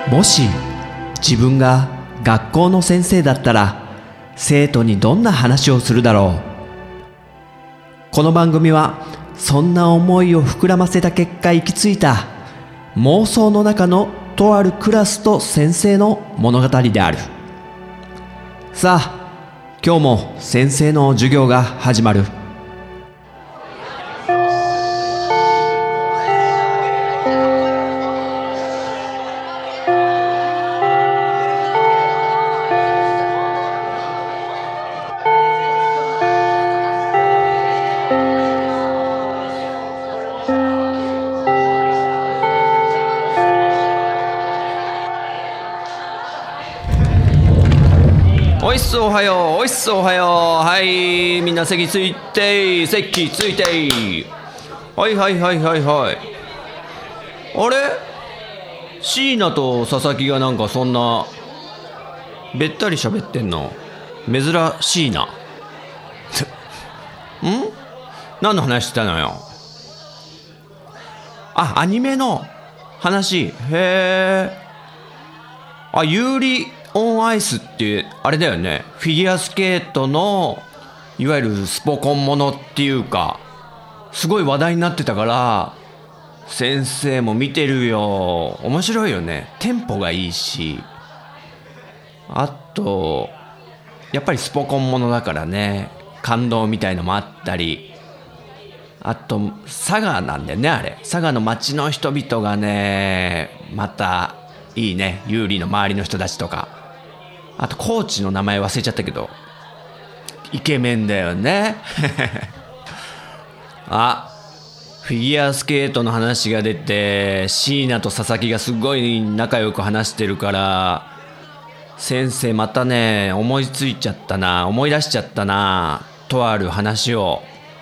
もし自分が学校の先生だったら生徒にどんな話をするだろう。この番組はそんな思いを膨らませた結果行き着いた妄想の中のとあるクラスと先生の物語である。さあ、今日も先生の授業が始まる。 おいっすおはよう、おいっすおはよう。はい、みんな席ついて、席ついて。はいはいはいはいはい。あれ、椎名と佐々木がなんかそんなべったり喋ってんの珍しいな。ん？何の話してたのよ。あ、アニメの話。へえ。あ、有利オンアイスってあれだよね。フィギュアスケートのいわゆるスポコンものっていうか、すごい話題になってたから先生も見てるよ。面白いよね。テンポがいいし、あとやっぱりスポコンものだからね、感動みたいのもあったり、あと佐賀なんだよね。あれ佐賀の町の人々がねまたいいね。有利の周りの人たちとか、あとコーチの名前忘れちゃったけどイケメンだよねあ、フィギュアスケートの話が出て、椎名と佐々木がすごい仲良く話してるから、先生またね思い出しちゃったな、とある話を。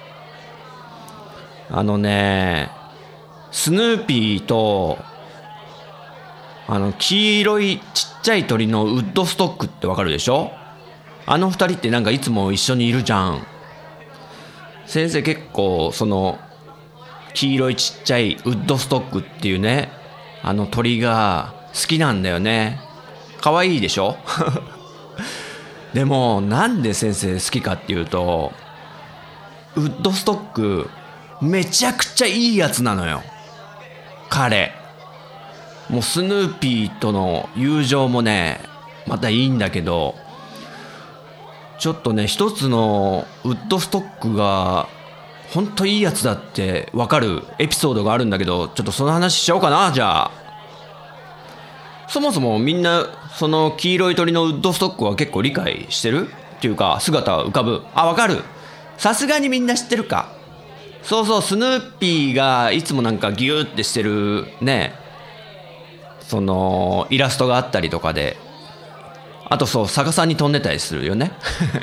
スヌーピーと黄色いちっちゃい鳥のウッドストックってわかるでしょ。あの二人ってなんかいつも一緒にいるじゃん。先生結構その黄色いちっちゃいウッドストックっていうね、あの鳥が好きなんだよね。可愛いでしょでもなんで先生好きかっていうと、ウッドストックめちゃくちゃいいやつなのよ彼。もうスヌーピーとの友情もねまたいいんだけど、ちょっとね一つのウッドストックがほんといいやつだってわかるエピソードがあるんだけど、ちょっとその話しちゃおうかな。じゃあそもそもみんなその黄色い鳥のウッドストックは結構理解してるっていうか、姿浮かぶ。あ、わかる。さすがにみんな知ってるか。そうそう、スヌーピーがいつもなんかギューってしてるね、そのイラストがあったりとかで、あとそう逆さに飛んでたりするよね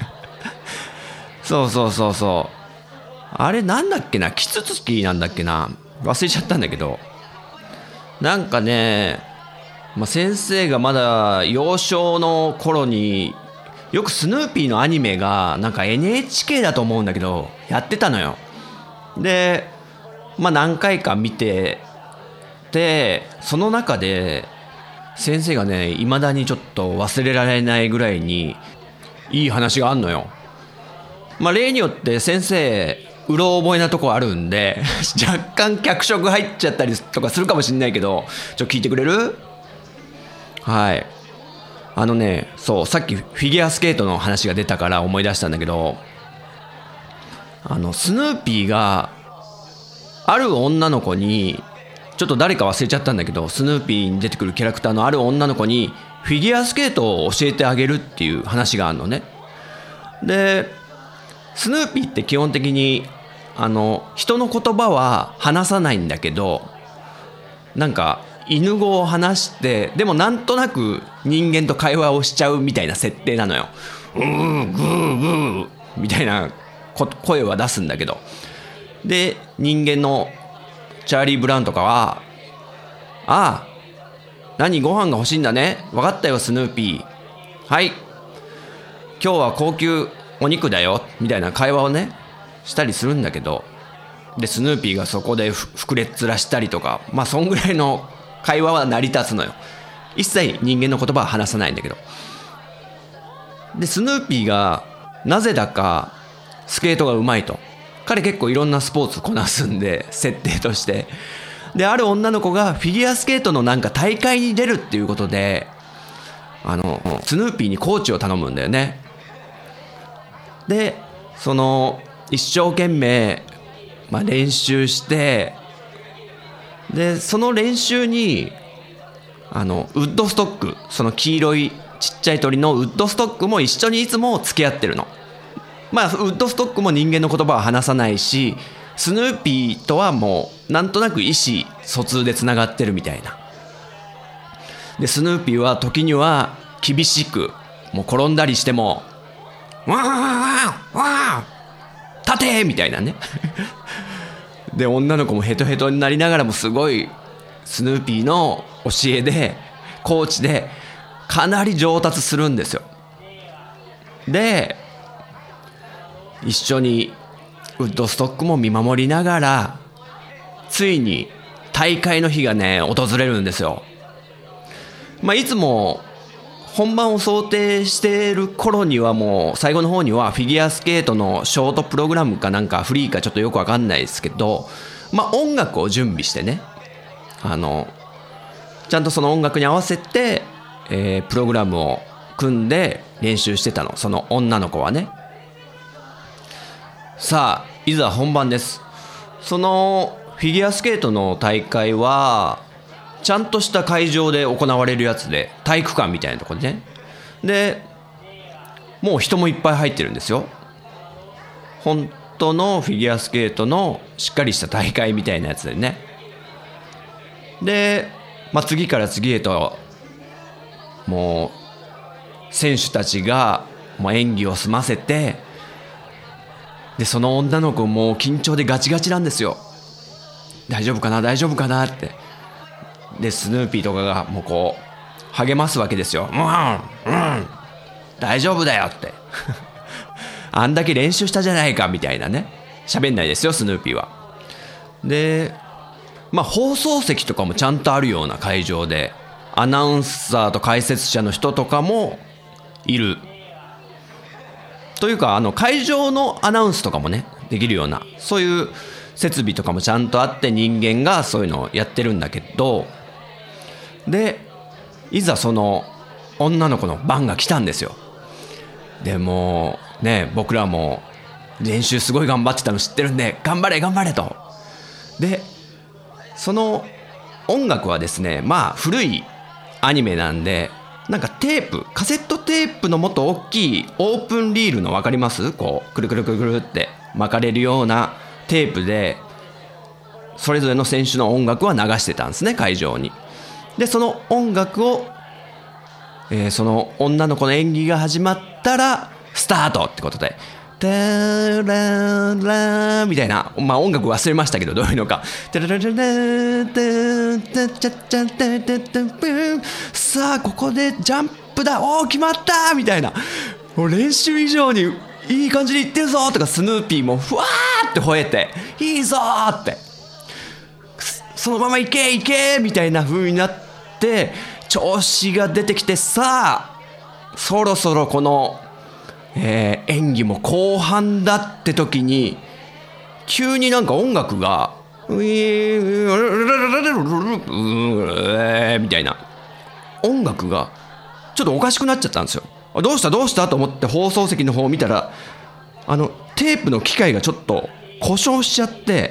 そうそうそうそう、あれなんだっけな、キツツキなんだっけな、忘れちゃったんだけど、なんかね、先生がまだ幼少の頃によくスヌーピーのアニメがなんか NHK だと思うんだけどやってたのよ。で何回か見てで、その中で先生がね未だにちょっと忘れられないぐらいにいい話があんのよ。例によって先生うろ覚えなとこあるんで若干脚色入っちゃったりとかするかもしんないけど、聞いてくれる？はい、そうさっきフィギュアスケートの話が出たから思い出したんだけど、スヌーピーがある女の子に、ちょっと誰か忘れちゃったんだけど、スヌーピーに出てくるキャラクターのある女の子にフィギュアスケートを教えてあげるっていう話があるのね。でスヌーピーって基本的に人の言葉は話さないんだけど、なんか犬語を話して、でもなんとなく人間と会話をしちゃうみたいな設定なのよ。グーグーみたいな声は出すんだけど、で人間のチャーリー・ブラウンとかは、ああ何ご飯が欲しいんだね、分かったよスヌーピー、はい今日は高級お肉だよみたいな会話をねしたりするんだけど、でスヌーピーがそこで膨れっ面したりとか、そんぐらいの会話は成り立つのよ。 一切人間の言葉は話さないんだけど。でスヌーピーがなぜだかスケートがうまいと。彼結構いろんなスポーツこなすんで、設定として。である女の子がフィギュアスケートのなんか大会に出るっていうことで、スヌーピーにコーチを頼むんだよね。でその一生懸命、練習して、でその練習にウッドストック、その黄色いちっちゃい鳥のウッドストックも一緒にいつも付き合ってるの。ウッドストックも人間の言葉は話さないし、スヌーピーとはもうなんとなく意思疎通でつながってるみたいな。でスヌーピーは時には厳しく、もう転んだりしてもわーわーわー立てみたいなねで女の子もヘトヘトになりながらもすごいスヌーピーの教えでコーチでかなり上達するんですよ。で一緒にウッドストックも見守りながら、ついに大会の日がね訪れるんですよ。いつも本番を想定している頃にはもう最後の方にはフィギュアスケートのショートプログラムかなんかフリーかちょっとよくわかんないですけど、音楽を準備してね、ちゃんとその音楽に合わせて、プログラムを組んで練習してたの、その女の子はね。さあいざ本番です。そのフィギュアスケートの大会はちゃんとした会場で行われるやつで、体育館みたいなところでね。でもう人もいっぱい入ってるんですよ。本当のフィギュアスケートのしっかりした大会みたいなやつでね。で、次から次へともう選手たちがもう演技を済ませて、でその女の子も緊張でガチガチなんですよ。大丈夫かな大丈夫かなって。でスヌーピーとかがもうこう励ますわけですよ。大丈夫だよってあんだけ練習したじゃないかみたいなね。喋んないですよスヌーピーは。で放送席とかもちゃんとあるような会場で、アナウンサーと解説者の人とかもいるというか、会場のアナウンスとかもねできるような、そういう設備とかもちゃんとあって、人間がそういうのをやってるんだけど、でいざその女の子の番が来たんですよ。でもね、僕らも練習すごい頑張ってたの知ってるんで、頑張れ頑張れと。でその音楽はですね、古いアニメなんで、なんかテープ、カセットテープのもっと大きいオープンリールの分かります？こうくるくるくるくるって巻かれるようなテープでそれぞれの選手の音楽は流してたんですね、会場に。でその音楽を、その女の子の演技が始まったらスタートってことで、タララみたいな、音楽忘れましたけどどういうのか、タララララタタチャチャタタタプン、さあここでジャンプだ、おー決まったみたいな、もう練習以上にいい感じにいってるぞとか、スヌーピーもふわーって吠えて、いいぞーって、そのままいけいけみたいな風になって調子が出てきて、さあそろそろこの演技も後半だって時に、急になんか音楽がみたいな音楽がちょっとおかしくなっちゃったんですよ。どうしたどうしたと思って放送席の方を見たら、テープの機械がちょっと故障しちゃって、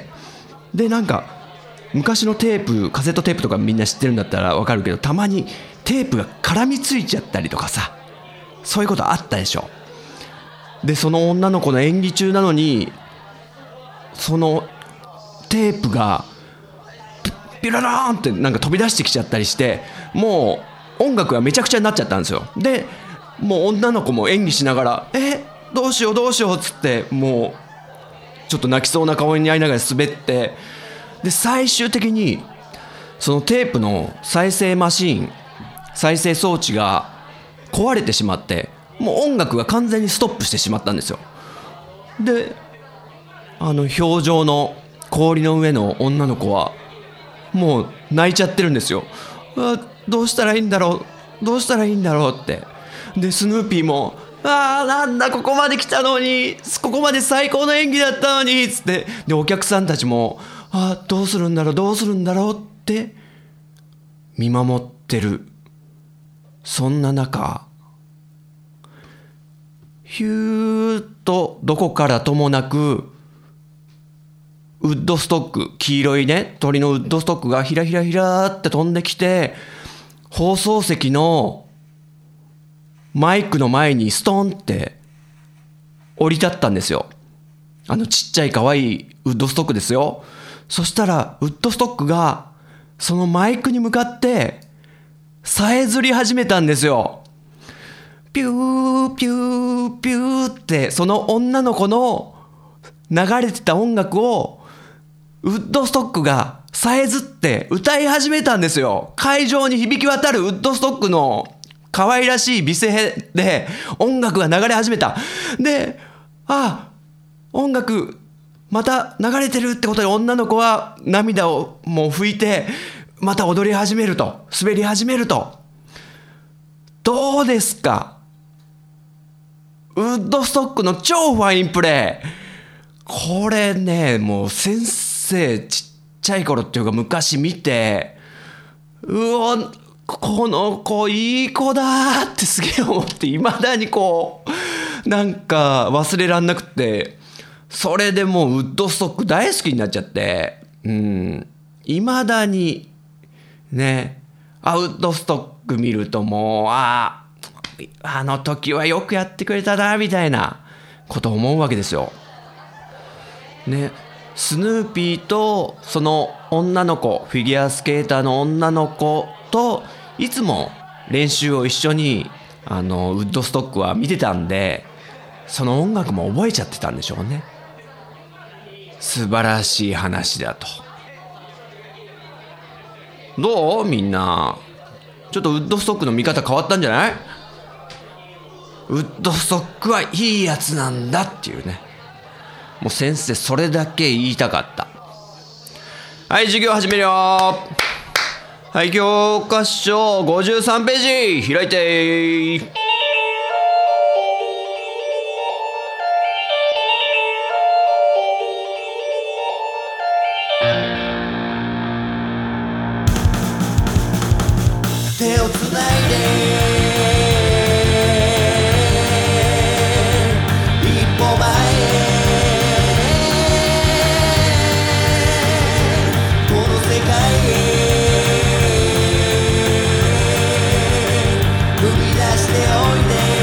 でなんか昔のテープ、カセットテープとかみんな知ってるんだったらわかるけど、たまにテープが絡みついちゃったりとかさ、そういうことあったでしょ。でその女の子の演技中なのに、そのテープがピララーンってなんか飛び出してきちゃったりして、もう音楽がめちゃくちゃになっちゃったんですよ。でもう女の子も演技しながらどうしようどうしようっつって、もうちょっと泣きそうな顔に遭いながら滑って、で最終的にそのテープの再生マシーン、再生装置が壊れてしまって、もう音楽が完全にストップしてしまったんですよ。で氷上の氷の上の女の子はもう泣いちゃってるんですよ。 どうしたらいいんだろうって。でスヌーピーもなんだここまで来たのに、ここまで最高の演技だったのにつって、でお客さんたちもどうするんだろうって見守ってる。そんな中、ヒューッとどこからともなくウッドストック、黄色いね鳥のウッドストックがひらひらひらって飛んできて、放送席のマイクの前にストンって降り立ったんですよ。ちっちゃい可愛いウッドストックですよ。そしたらウッドストックがそのマイクに向かってさえずり始めたんですよ。ピューピューピューって、その女の子の流れてた音楽をウッドストックがさえずって歌い始めたんですよ。会場に響き渡るウッドストックの可愛らしい美声で音楽が流れ始めた。で、音楽また流れてるってことで、女の子は涙をもう拭いてまた踊り始めると、滑り始めると。どうですか、ウッドストックの超ファインプレー。これね、もう先生ちっちゃい頃っていうか昔見て、この子いい子だってすげえ思って、いまだになんか忘れらんなくて、それでもうウッドストック大好きになっちゃって、いまだにね、ウッドストック見るともうあの時はよくやってくれたなみたいなことを思うわけですよ。ね、スヌーピーとその女の子、フィギュアスケーターの女の子といつも練習を一緒にウッドストックは見てたんで、その音楽も覚えちゃってたんでしょうね。素晴らしい話だと。どうみんな、ちょっとウッドストックの見方変わったんじゃない？ウッドストックはいいやつなんだっていうね。もう先生それだけ言いたかった。はい、授業始めるよ。はい、教科書53ページ開いて。手をつないで一歩前へ、この世界へ踏み出してお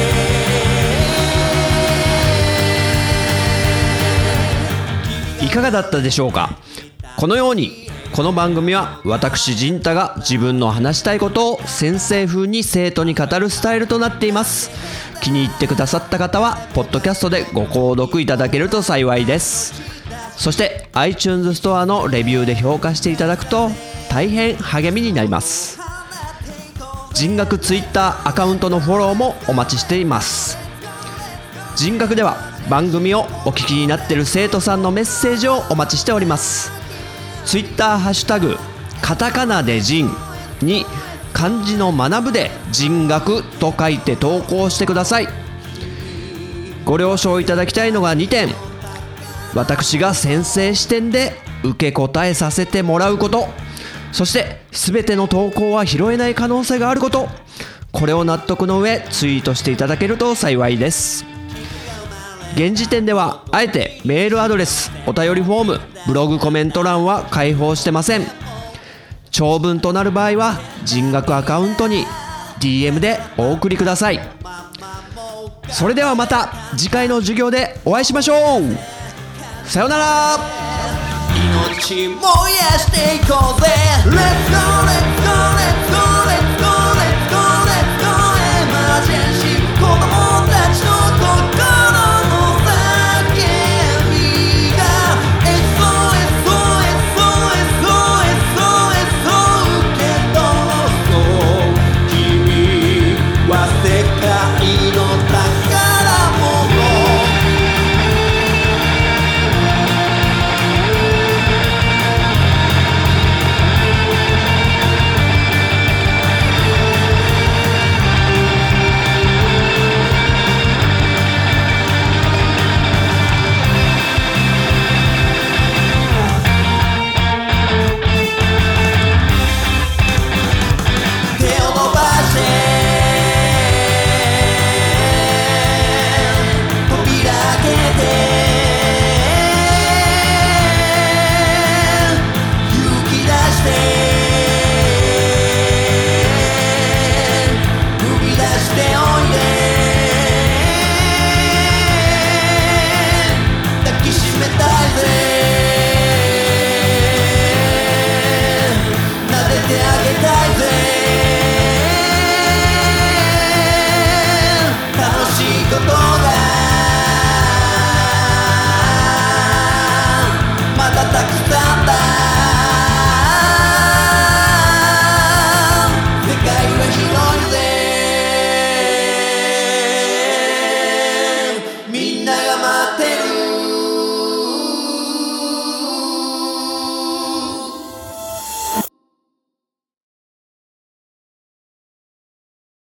いで。いかがだったでしょうか。このようにこの番組は私陣太が自分の話したいことを先生風に生徒に語るスタイルとなっています。気に入ってくださった方はポッドキャストでご購読いただけると幸いです。そして iTunes ストアのレビューで評価していただくと大変励みになります。人学 Twitter アカウントのフォローもお待ちしています。人学では番組をお聞きになっている生徒さんのメッセージをお待ちしております。ツイッターハッシュタグカタカナで人に漢字の学ぶで人学と書いて投稿してください。ご了承いただきたいのが2点。私が先生視点で受け答えさせてもらうこと、そして全ての投稿は拾えない可能性があること、これを納得の上ツイートしていただけると幸いです。現時点ではあえてメールアドレス、お便りフォーム、ブログコメント欄は開放してません。長文となる場合は人学アカウントに DM でお送りください。それではまた次回の授業でお会いしましょう。さようなら。命燃やしていこうぜ。Let's go, let's go.